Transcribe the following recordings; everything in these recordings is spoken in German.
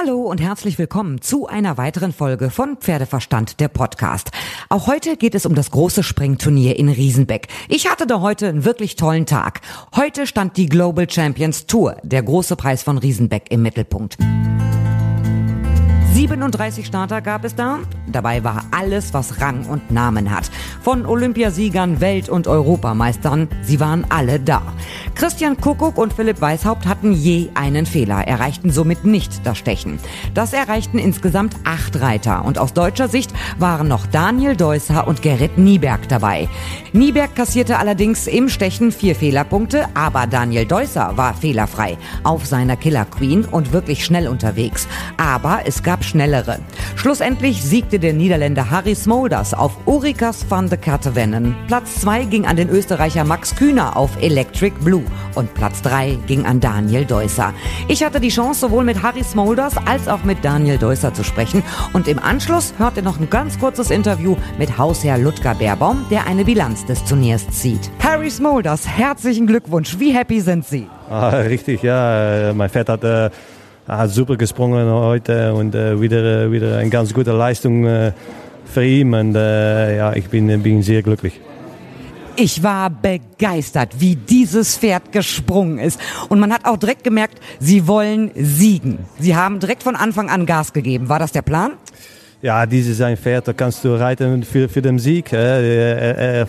Hallo und herzlich willkommen zu einer weiteren Folge von Pferdeverstand, der Podcast. Auch heute geht es um das große Springturnier in Riesenbeck. Ich hatte da heute einen wirklich tollen Tag. Heute stand die Global Champions Tour, der große Preis von Riesenbeck, im Mittelpunkt. 37 Starter gab es da. Dabei war alles, was Rang und Namen hat. Von Olympiasiegern, Welt- und Europameistern, sie waren alle da. Christian Kuckuck und Philipp Weishaupt hatten je einen Fehler, erreichten somit nicht das Stechen. Das erreichten insgesamt 8 Reiter. Und aus deutscher Sicht waren noch Daniel Deusser und Gerrit Nieberg dabei. Nieberg kassierte allerdings im Stechen 4 Fehlerpunkte, aber Daniel Deusser war fehlerfrei auf seiner Killer Queen und wirklich schnell unterwegs. Aber es gab schnellere. Schlussendlich siegte der Niederländer Harry Smolders auf Ulrikas van de Kattewennen. Platz 2 ging an den Österreicher Max Kühner auf Electric Blue und Platz 3 ging an Daniel Deusser. Ich hatte die Chance, sowohl mit Harry Smolders als auch mit Daniel Deusser zu sprechen, und im Anschluss hört ihr noch ein ganz kurzes Interview mit Hausherr Ludger Beerbaum, der eine Bilanz des Turniers zieht. Harry Smolders, herzlichen Glückwunsch. Wie happy sind Sie? Richtig, ja. Mein Pferd hat super gesprungen heute und wieder eine ganz gute Leistung für ihn. Und ich bin sehr glücklich. Ich war begeistert, wie dieses Pferd gesprungen ist. Und man hat auch direkt gemerkt, Sie wollen siegen. Sie haben direkt von Anfang an Gas gegeben. War das der Plan? Ja, dieses ist ein Pferd, da kannst du reiten für den Sieg. Er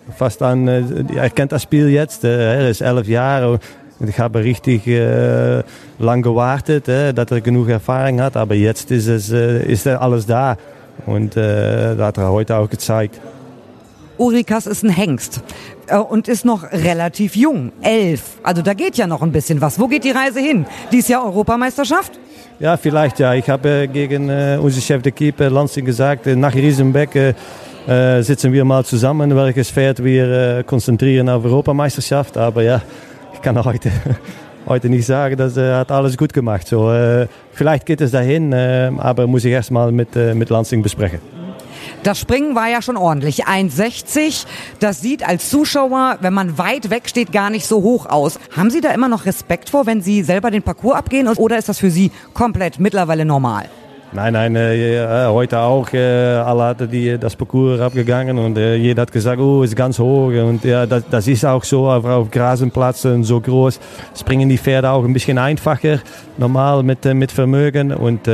kennt das Spiel jetzt. Er ist 11 Jahre. Und ich habe richtig lang gewartet, dass er genug Erfahrung hat. Aber jetzt ist alles da. Und das hat er heute auch gezeigt. Ulrikas ist ein Hengst und ist noch relativ jung, 11. Also da geht ja noch ein bisschen was. Wo geht die Reise hin? Dies Jahr Europameisterschaft? Ja, vielleicht ja. Ich habe gegen unseren Chef de Keeper Lansing gesagt, nach Riesenbeck sitzen wir mal zusammen, welches Pferd wir konzentrieren auf Europameisterschaft. Aber ja, ich kann heute nicht sagen, dass er hat alles gut gemacht. So, vielleicht geht es dahin, aber muss ich erst mal mit Lansing besprechen. Das Springen war ja schon ordentlich. 1,60. Das sieht als Zuschauer, wenn man weit weg steht, gar nicht so hoch aus. Haben Sie da immer noch Respekt vor, wenn Sie selber den Parcours abgehen? Oder ist das für Sie komplett mittlerweile normal? Nein, heute auch. Alle hatten das Parcours abgegangen und jeder hat gesagt, ist ganz hoch. Und ja, das ist auch so, auf Grasenplätzen so groß springen die Pferde auch ein bisschen einfacher, normal mit Vermögen. Und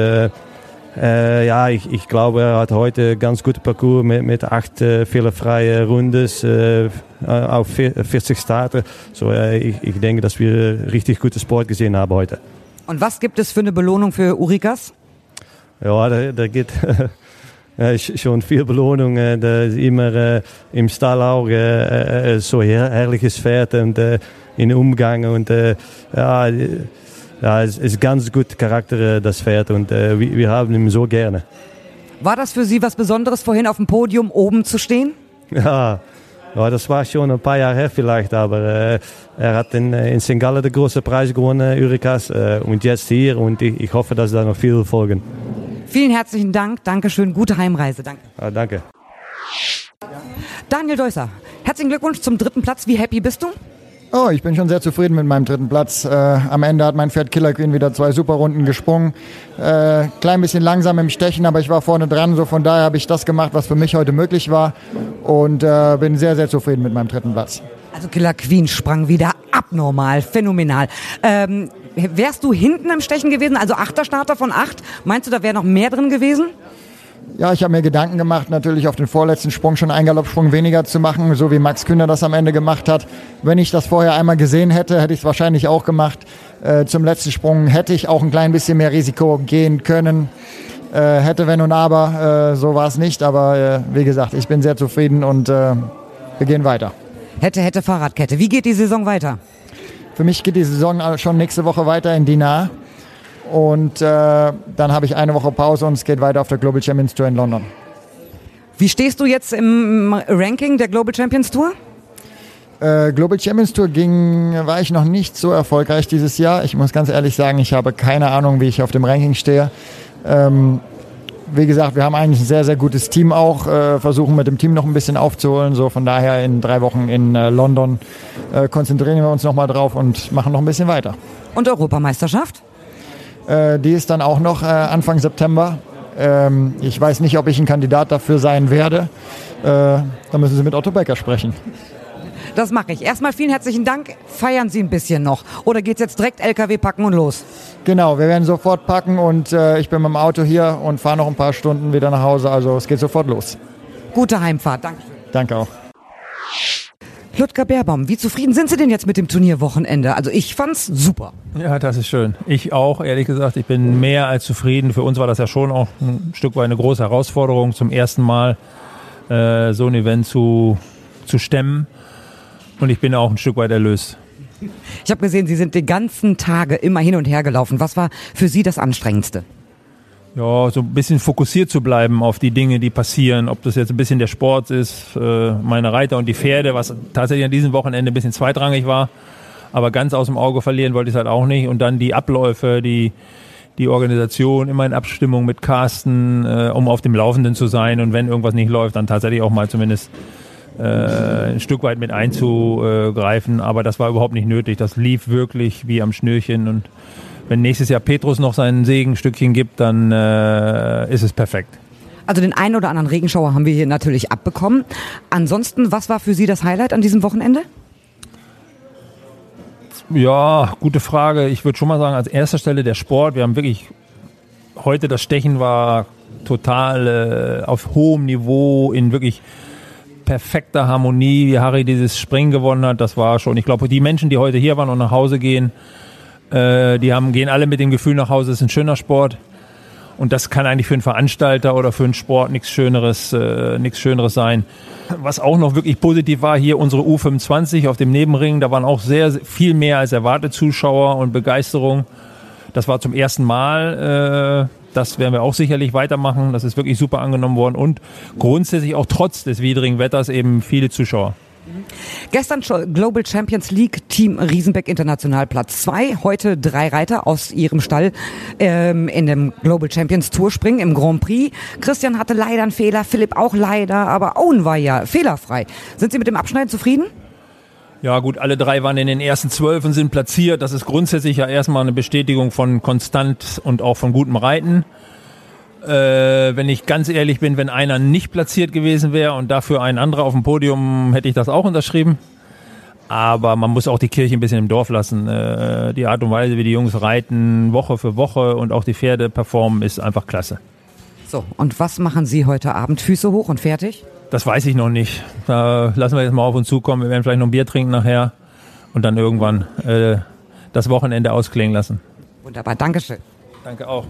ich glaube, er hat heute ganz guten Parcours mit 8 fehlerfreie Rundes auf 40 Starter. So, ich denke, dass wir richtig guten Sport gesehen haben heute. Und was gibt es für eine Belohnung für Ulrikas? Ja, da geht schon viel Belohnung. Da ist immer im Stall auch so herrliches Pferd und in Umgang. Und es ist ganz gut Charakter, das Pferd. Und wir haben ihn so gerne. War das für Sie was Besonderes, vorhin auf dem Podium oben zu stehen? Ja, das war schon ein paar Jahre her vielleicht, aber er hat in St. Gallen den großen Preis gewonnen, Ulrikas, und jetzt hier, und ich hoffe, dass da noch viel folgen. Vielen herzlichen Dank, Dankeschön, gute Heimreise, danke. Danke. Daniel Deusser, herzlichen Glückwunsch zum 3. Platz, wie happy bist du? Oh, ich bin schon sehr zufrieden mit meinem 3. Platz. Am Ende hat mein Pferd Killer Queen wieder 2 super Runden gesprungen. Klein bisschen langsam im Stechen, aber ich war vorne dran. So von daher habe ich das gemacht, was für mich heute möglich war. Und bin sehr, sehr zufrieden mit meinem 3. Platz. Also Killer Queen sprang wieder abnormal, phänomenal. Wärst du hinten im Stechen gewesen, also 8. Starter von 8? Meinst du, da wäre noch mehr drin gewesen? Ja, ich habe mir Gedanken gemacht, natürlich auf den vorletzten Sprung schon einen Galoppsprung weniger zu machen, so wie Max Kühner das am Ende gemacht hat. Wenn ich das vorher einmal gesehen hätte, hätte ich es wahrscheinlich auch gemacht. Zum letzten Sprung hätte ich auch ein klein bisschen mehr Risiko gehen können. Hätte, wenn und aber, so war es nicht. Aber wie gesagt, ich bin sehr zufrieden und wir gehen weiter. Hätte Fahrradkette. Wie geht die Saison weiter? Für mich geht die Saison schon nächste Woche weiter in Dinard. Und dann habe ich eine Woche Pause und es geht weiter auf der Global Champions Tour in London. Wie stehst du jetzt im Ranking der Global Champions Tour? Global Champions Tour war ich noch nicht so erfolgreich dieses Jahr. Ich muss ganz ehrlich sagen, ich habe keine Ahnung, wie ich auf dem Ranking stehe. Wie gesagt, wir haben eigentlich ein sehr, sehr gutes Team auch, versuchen mit dem Team noch ein bisschen aufzuholen. So von daher in 3 Wochen in London konzentrieren wir uns nochmal drauf und machen noch ein bisschen weiter. Und Europameisterschaft? Die ist dann auch noch Anfang September. Ich weiß nicht, ob ich ein Kandidat dafür sein werde. Da müssen Sie mit Otto Becker sprechen. Das mache ich. Erstmal vielen herzlichen Dank. Feiern Sie ein bisschen noch. Oder geht's jetzt direkt LKW packen und los? Genau, wir werden sofort packen und ich bin mit dem Auto hier und fahre noch ein paar Stunden wieder nach Hause. Also es geht sofort los. Gute Heimfahrt. Dankeschön. Danke auch. Ludger Beerbaum, wie zufrieden sind Sie denn jetzt mit dem Turnierwochenende? Also ich fand's super. Ja, das ist schön. Ich auch, ehrlich gesagt. Ich bin mehr als zufrieden. Für uns war das ja schon auch ein Stück weit eine große Herausforderung, zum ersten Mal so ein Event zu stemmen. Und ich bin auch ein Stück weit erlöst. Ich habe gesehen, Sie sind die ganzen Tage immer hin und her gelaufen. Was war für Sie das Anstrengendste? Ja, so ein bisschen fokussiert zu bleiben auf die Dinge, die passieren. Ob das jetzt ein bisschen der Sport ist, meine Reiter und die Pferde, was tatsächlich an diesem Wochenende ein bisschen zweitrangig war. Aber ganz aus dem Auge verlieren wollte ich es halt auch nicht. Und dann die Abläufe, die Organisation, immer in Abstimmung mit Carsten, um auf dem Laufenden zu sein. Und wenn irgendwas nicht läuft, dann tatsächlich auch mal zumindest ein Stück weit mit einzugreifen. Aber das war überhaupt nicht nötig. Das lief wirklich wie am Schnürchen. Und wenn nächstes Jahr Petrus noch sein Segenstückchen gibt, dann ist es perfekt. Also den einen oder anderen Regenschauer haben wir hier natürlich abbekommen. Ansonsten, was war für Sie das Highlight an diesem Wochenende? Ja, gute Frage. Ich würde schon mal sagen, als erster Stelle der Sport. Wir haben wirklich, heute das Stechen war total auf hohem Niveau, in wirklich perfekter Harmonie, wie Harry dieses Springen gewonnen hat. Das war schon, ich glaube, die Menschen, die heute hier waren und nach Hause gehen, gehen alle mit dem Gefühl nach Hause, es ist ein schöner Sport. Und das kann eigentlich für einen Veranstalter oder für einen Sport nichts Schöneres sein. Was auch noch wirklich positiv war, hier unsere U25 auf dem Nebenring, da waren auch sehr, sehr viel mehr als erwartet Zuschauer und Begeisterung. Das war zum ersten Mal. Das werden wir auch sicherlich weitermachen. Das ist wirklich super angenommen worden und grundsätzlich auch trotz des widrigen Wetters eben viele Zuschauer. Gestern Global Champions League Team Riesenbeck International Platz 2. Heute 3 Reiter aus ihrem Stall in dem Global Champions Tour springen im Grand Prix. Christian hatte leider einen Fehler, Philipp auch leider, aber Owen war ja fehlerfrei. Sind Sie mit dem Abschneiden zufrieden? Ja gut, alle 3 waren in den ersten 12 und sind platziert. Das ist grundsätzlich ja erstmal eine Bestätigung von konstant und auch von gutem Reiten. Wenn ich ganz ehrlich bin, wenn einer nicht platziert gewesen wäre und dafür ein anderer auf dem Podium, hätte ich das auch unterschrieben. Aber man muss auch die Kirche ein bisschen im Dorf lassen. Die Art und Weise, wie die Jungs reiten, Woche für Woche und auch die Pferde performen, ist einfach klasse. So, und was machen Sie heute Abend? Füße hoch und fertig? Das weiß ich noch nicht. Da lassen wir jetzt mal auf uns zukommen. Wir werden vielleicht noch ein Bier trinken nachher und dann irgendwann das Wochenende ausklingen lassen. Wunderbar, Dankeschön. Danke auch.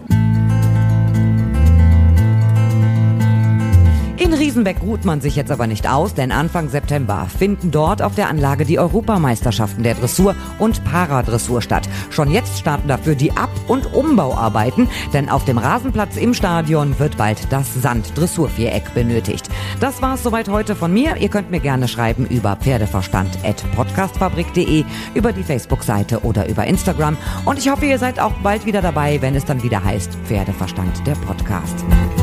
In Riesenbeck ruht man sich jetzt aber nicht aus, denn Anfang September finden dort auf der Anlage die Europameisterschaften der Dressur und Paradressur statt. Schon jetzt starten dafür die Ab- und Umbauarbeiten, denn auf dem Rasenplatz im Stadion wird bald das Sanddressurviereck benötigt. Das war's soweit heute von mir. Ihr könnt mir gerne schreiben über pferdeverstand@podcastfabrik.de, über die Facebook-Seite oder über Instagram. Und ich hoffe, ihr seid auch bald wieder dabei, wenn es dann wieder heißt Pferdeverstand, der Podcast.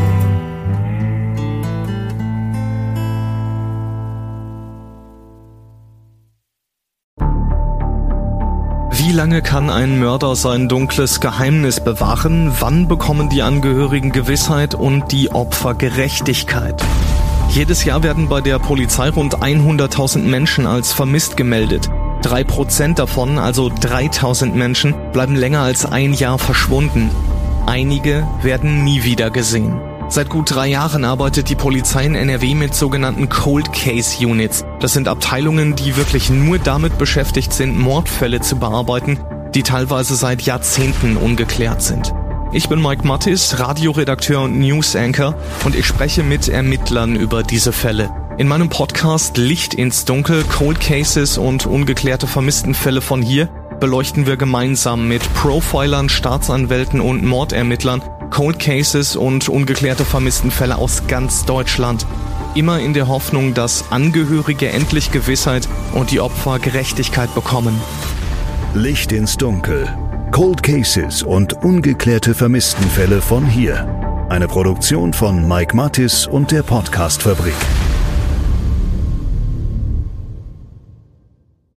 Wie lange kann ein Mörder sein dunkles Geheimnis bewahren? Wann bekommen die Angehörigen Gewissheit und die Opfer Gerechtigkeit? Jedes Jahr werden bei der Polizei rund 100.000 Menschen als vermisst gemeldet. 3% davon, also 3.000 Menschen, bleiben länger als ein Jahr verschwunden. Einige werden nie wieder gesehen. Seit gut 3 Jahren arbeitet die Polizei in NRW mit sogenannten Cold Case Units. Das sind Abteilungen, die wirklich nur damit beschäftigt sind, Mordfälle zu bearbeiten, die teilweise seit Jahrzehnten ungeklärt sind. Ich bin Mike Mattis, Radioredakteur und News-Anchor und ich spreche mit Ermittlern über diese Fälle. In meinem Podcast Licht ins Dunkel, Cold Cases und ungeklärte Vermisstenfälle von hier beleuchten wir gemeinsam mit Profilern, Staatsanwälten und Mordermittlern Cold Cases und ungeklärte Vermisstenfälle aus ganz Deutschland. Immer in der Hoffnung, dass Angehörige endlich Gewissheit und die Opfer Gerechtigkeit bekommen. Licht ins Dunkel. Cold Cases und ungeklärte Vermisstenfälle von hier. Eine Produktion von Mike Mattis und der Podcastfabrik.